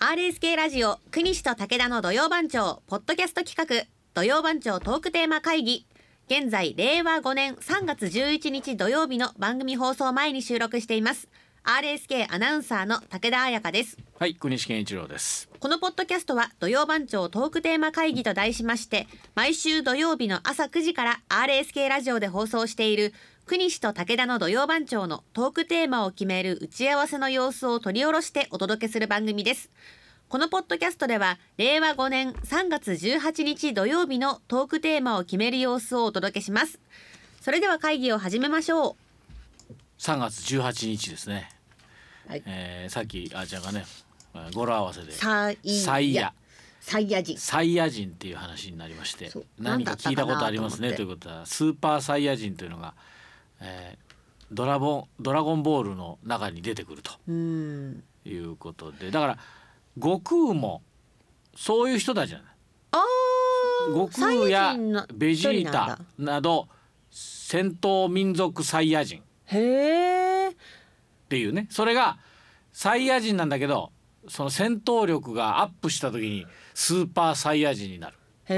RSK ラジオ国西と武田の土曜番長ポッドキャスト企画土曜番長トークテーマ会議。現在令和5年3月11日土曜日の番組放送前に収録しています。 RSK アナウンサーの武田彩香です。 はい、国西健一郎です。 このポッドキャストは土曜番長トークテーマ会議と題しまして、毎週土曜日の朝9時から RSK ラジオで放送している国西と武田の土曜番長のトークテーマを決める打ち合わせの様子を取り下ろしてお届けする番組です。このポッドキャストでは令和5年3月18日土曜日のトークテーマを決める様子をお届けします。それでは会議を始めましょう。 3月18日ですね、 はい。 さっきあーちゃんがね語呂合わせでサイヤ人サイヤ人っていう話になりまして、 そう何か聞いたことありますねということは、スーパーサイヤ人というのが、ドラゴンボールの中に出てくるということで、だから悟空もそういう人たちじゃない。悟空やベジータなど戦闘民族サイヤ人っていうね、それがサイヤ人なんだけど、その戦闘力がアップした時にスーパーサイヤ人になる。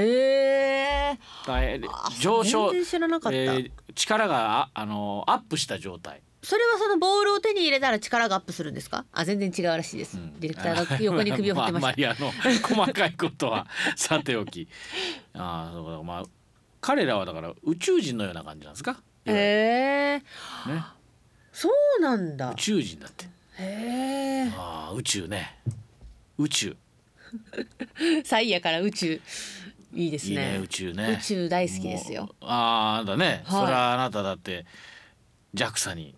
上昇、 全然知らなかった。 力がアップした状態。 それはそのボールを手に入れたら力がアップするんですか？全然違うらしいです、ディレクターが横に首を振ってました。 あんまり細かいことはさておきそうか、彼らはだから宇宙人のような感じなんですか？ね、 そうなんだ。 宇宙人だって。宇宙ね、宇宙サイヤから宇宙いいですね。 いいね、宇宙ね。 宇宙大好きですよ。 あなたね、それはあなただって JAXA に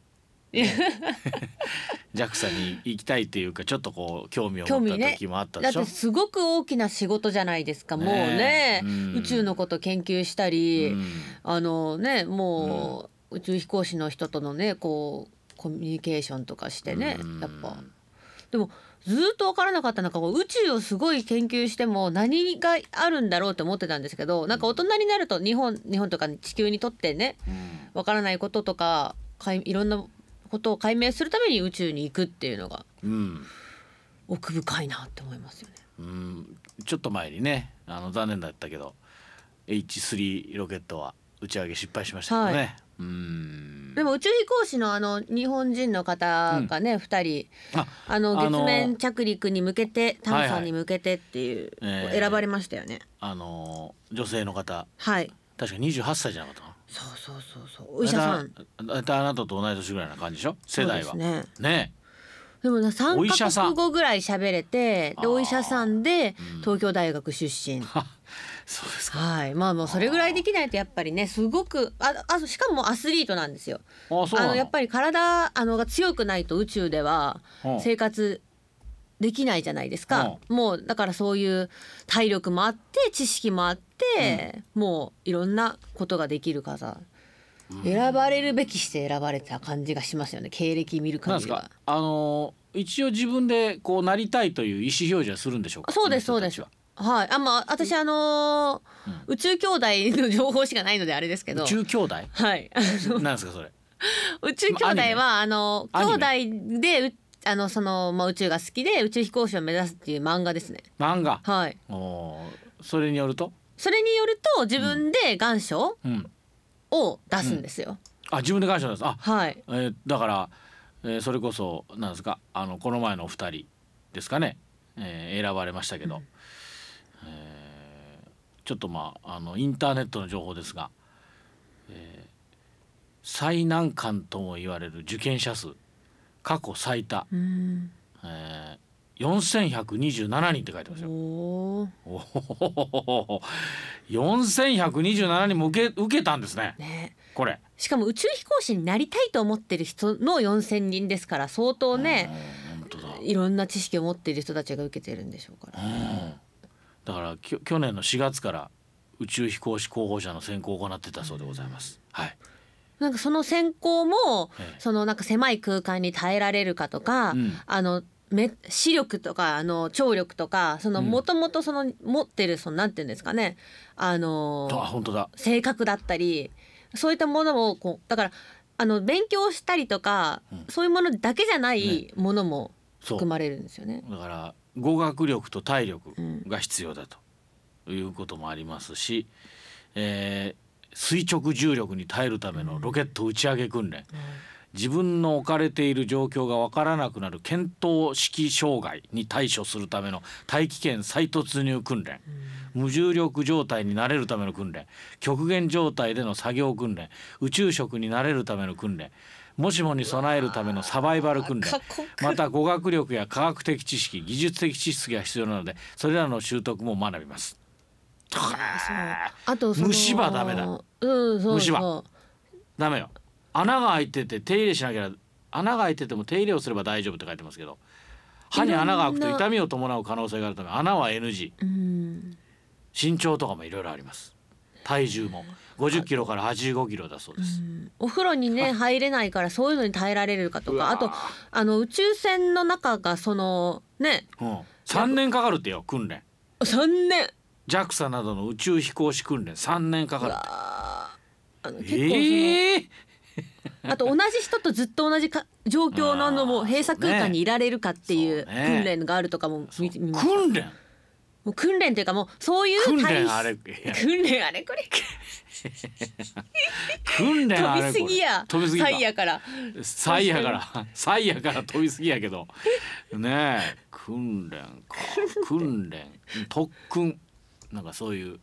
JAXA に行きたいっていうか、ちょっとこう興味を持った時もあったでしょ。 だってすごく大きな仕事じゃないですか。もうね、宇宙のこと研究したり、もう宇宙飛行士の人とのねこうコミュニケーションとかしてね、やっぱでもずっと分からなかった。なんかこう宇宙をすごい研究しても何があるんだろうって思ってたんですけど、なんか大人になると日本とか地球にとってね、分からないこととかいろんなことを解明するために宇宙に行くっていうのが、奥深いなって思いますよね。 ちょっと前にね残念だったけど H3 ロケットは打ち上げ失敗しましたけどね、 でも宇宙飛行士の日本人の方がね、2人月面着陸に向けて探査に向けてっていう、選ばれましたよね。 女性の方、 はい、 確か28歳じゃなかったかな。 そうお医者さん。 あなたと同い年ぐらいな感じでしょ、世代は。 そうですね。 ね。 でも3カ国語ぐらい喋れて、でお医者さんで東京大学出身。 そうですか。 はい、もうそれぐらいできないとやっぱりね、すごくしかもアスリートなんですよ。やっぱり体が強くないと宇宙では生活できないじゃないですか。もうだからそういう体力もあって知識もあって、もういろんなことができる方、選ばれるべきして選ばれた感じがしますよね、経歴見る限りは。 なんですか、一応自分でこうなりたいという意思表示はするんでしょうか？ そうですそうです。はい、私宇宙兄弟の情報しかないのであれですけど。 宇宙兄弟？ はい。 なんですかそれ？ 宇宙兄弟は兄弟で宇宙が好きで宇宙飛行士を目指すっていう漫画ですね。 漫画。 はい。 それによると自分で願書を出すんですよ。 自分で願書出す。 はい。 だから、それこそなんですか、この前のお二人ですかね、選ばれましたけど、ちょっとインターネットの情報ですが、最難関とも言われる受験者数過去最多、4127人って書いてますよ。4127人も受けたんですね。これしかも宇宙飛行士になりたいと思ってる人の4000人ですから、相当ね、いろんな知識を持っている人たちが受けてるんでしょうから。 だから去年の4月から宇宙飛行士候補者の選考を行ってたそうでございます。はい。 なんかその選考も、なんか狭い空間に耐えられるかとか、視力とか聴力とか、もともと持ってるなんていうんですかね、 本当だ、 性格だったりそういったものをだから勉強したりとか、そういうものだけじゃないものも含まれるんですよね。 だから語学力と体力が必要だということもありますし、垂直重力に耐えるためのロケット打ち上げ訓練、自分の置かれている状況が分からなくなる見当識障害に対処するための大気圏再突入訓練、無重力状態になれるための訓練、極限状態での作業訓練、宇宙食になれるための訓練、もしもに備えるためのサバイバル訓練、また語学力や科学的知識、技術的知識が必要なので、それらの習得も学びます。 あと虫歯ダメだ、虫歯ダメよ。穴が開いてて手入れしなきゃ、穴が開いてても手入れをすれば大丈夫って書いてますけど、歯に穴が開くと痛みを伴う可能性があるため穴は NG。身長とかもいろいろあります。体重も50キロから85キロだそうです。 お風呂にね入れないからそういうのに耐えられるかとか、あと宇宙船の中がそのね、 3年かかるってよ、訓練。 3年 JAXA などの宇宙飛行士訓練3年かかるって。結構あと同じ人とずっと同じ状況のも閉鎖空間にいられるかっていう訓練があるとかも見ました。 訓練もう訓練というか、もうそういう訓練あれこれ訓練あれこれ飛びすぎや、 サイヤから飛びすぎやけどねえ、訓練か訓練特訓なんかそういう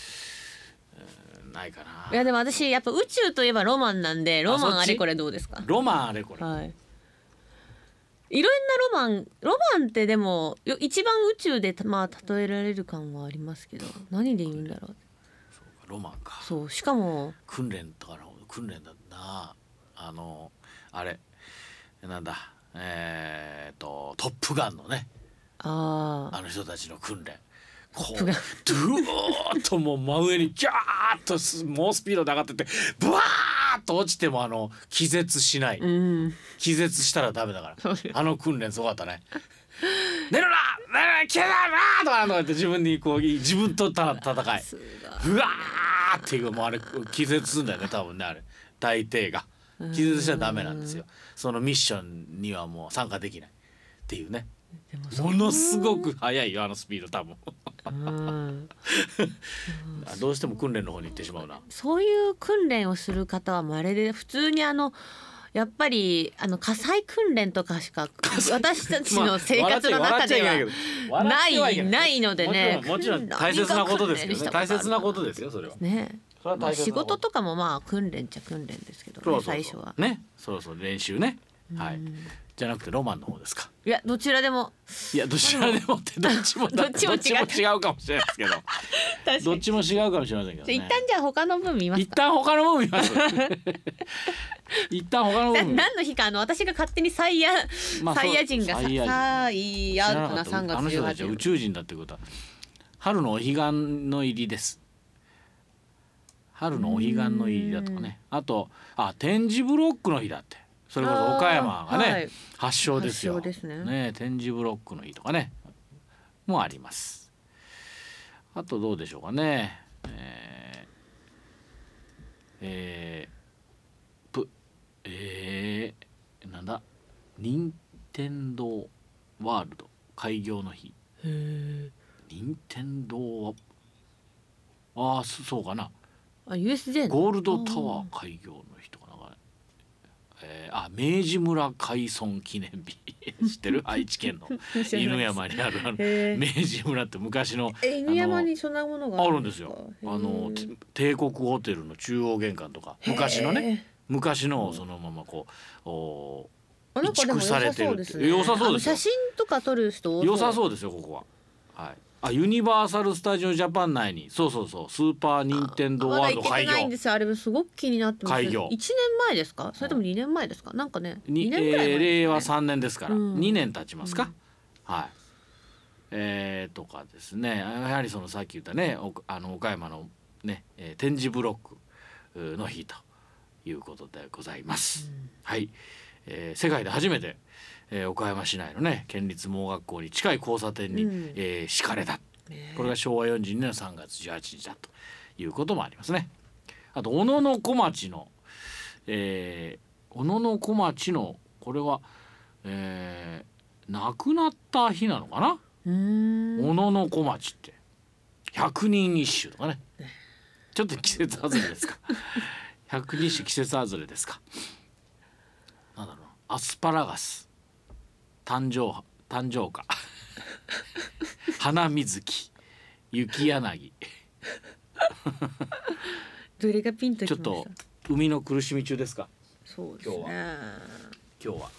ないかな。 いやでも私やっぱ宇宙といえばロマンなんで、ロマンあれこれどうですか？ ロマンあれこれ、 はい、いろんなロマンってでも一番宇宙でまあ例えられる感はありますけど、何で言うんだろう。 そうか、ロマンか。 そう、しかも訓練とかの訓練だな。あれなんだ、トップガンのね、あの人たちの訓練、こうドゥーッともう真上にギャーッと猛スピードで上がってってブワーッと落ちても気絶しない、気絶したらダメだから訓練すごかったね。寝るな消えなとかって自分にこう自分と戦いブワーっていう、もうあれ気絶するんだよね多分ね、あれ大抵が気絶しちゃダメなんですよ。そのミッションにはもう参加できないっていうね。ものすごく速いよ、あのスピード多分どうしても訓練の方に行ってしまうな。 そういう訓練をする方は稀で、普通にやっぱり火災訓練とかしか私たちの生活の中ではないのでね。 もちろん大切なことですけどね、大切なことですよそれはね。 仕事とかもまあ訓練っちゃ訓練ですけどね、最初はね。そう練習ね、はい。じゃなくてロマンの方ですか？ いやどちらでも、 いやどちらでもってどっちも違うかもしれないですけどどっちも違うかもしれませんけどね。 一旦じゃあ他の分見ますか？ 一旦他の分見ます一旦他の分何の日か私が勝手にサイヤ人がサイヤな3月18日、 あの人たちは宇宙人だってことは春のお彼岸の入りです。春のお彼岸の入りだとかね。あと点字ブロックの日だって、それこそ岡山がね、発祥ですよ。ね、点字ブロックの日とかねもあります。あとどうでしょうかね。なんだ、任天堂ワールド開業の日。任天堂はそうかな。 USJ ゴールドタワー開業の日とかなんか明治村開村記念日知ってる？愛知県の犬山にある明治村って昔の犬山にそんなものがあるんですよ。帝国ホテルの中央玄関とか昔のそのままこう移築されてるって。良さそうですよ。 写真とか撮る人良さそうですよここは。はい。ユニバーサル・スタジオ・ジャパン内にスーパー・ニンテンドー・ワールド開業。まだ行けてないんですよ。 あれすごく気になってます。 開業 1年前ですか？それとも2年前ですか？なんかね2年ぐらい前ですね。 令和3年ですから、2年経ちますか。はい。とかですね、やはりそのさっき言ったね岡山のね点字ブロックの日ということでございます。はい。世界で初めて岡山市内のね県立盲学校に近い交差点に、敷かれた。これが昭和42年3月18日だということもありますね。あと小野小町のこれは、亡くなった日なのかな。 小野の小町って百人一首とかね、ちょっと季節外れですか百人一首季節外れですか。なんだろう、アスパラガス、誕生花花水木、雪柳どれがピンときました？ ちょっと海の苦しみ中ですか。 そうですね。 今日は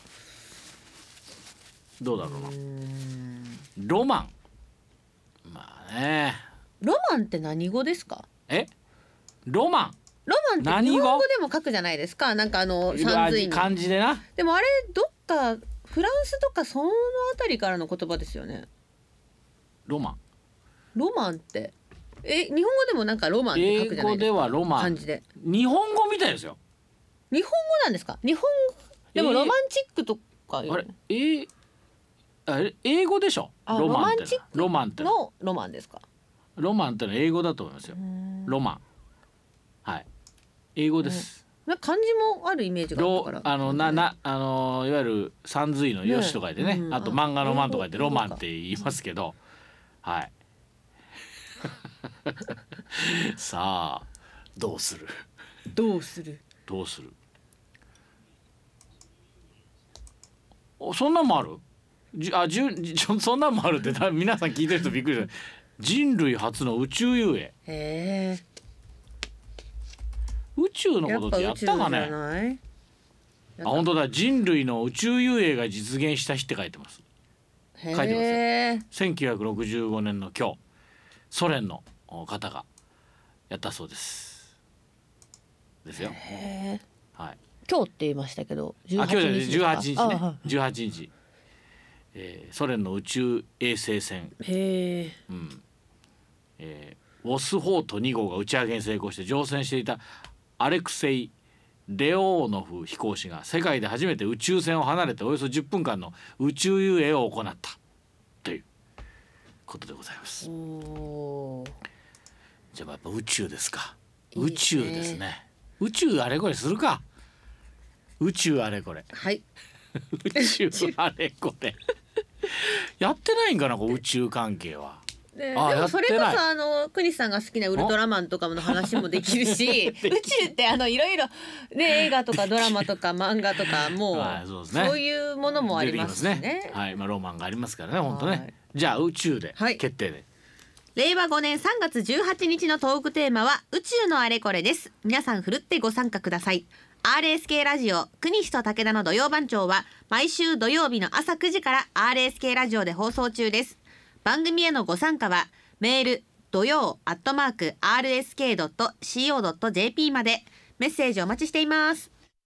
どうだろうな。ロマン、まあね。 ロマンって何語ですか？ ロマンって日本語でも書くじゃないですか。なんか三髄に漢字でな。 でもあれどっかフランスとかそのあたりからの言葉ですよね。 ロマンって日本語でもなんかロマンって書くじゃないですか。英語ではロマン、 漢字で日本語みたいですよ。 日本語なんですか？日本でもロマンチックとかあれ英語でしょ。ロマンってロマンのロマンですか？ ロマンってのは英語だと思いますよ。ロマン、はい、英語です。 漢字もあるイメージがあったからいわゆる三髄のよしとかでね、あと漫画のマンとかでロマンって言いますけど、はいさあどうするそんなんもある？そんなんもあるって皆さん聞いてる人びっくりした。人類初の宇宙遊泳。宇宙のことってやったかね。本当だ、人類の宇宙遊泳が実現した日って書いてます。書いてますよ。1965年の今日、ソ連の方がやったそうです。ですよ。はい。 今日って言いましたけど、 今日18日ね。18日。ソ連の宇宙衛星船、オスホート2号が打ち上げに成功して乗船していたアレクセイ・レオーノフ飛行士が世界で初めて宇宙船を離れておよそ10分間の宇宙遊泳を行ったということでございます。じゃあやっぱ宇宙ですか。宇宙ですね。宇宙あれこれするか。宇宙あれこれ、 はい宇宙あれこれやってないんかな、宇宙関係は。 でもそれこそ国さんが好きなウルトラマンとかの話もできるし宇宙っていろいろね、映画とかドラマとか漫画とかもうそういうものもありますね。 はい、ロマンがありますからね、本当ね。じゃあ宇宙で決定で。 令和5年3月18日のトークテーマは宇宙のあれこれです。皆さんふるってご参加ください。RSK ラジオ国西と武田の土曜番長は毎週土曜日の朝9時から RSK ラジオで放送中です。番組へのご参加はメール土曜@rsk.co.jp まで。メッセージお待ちしています。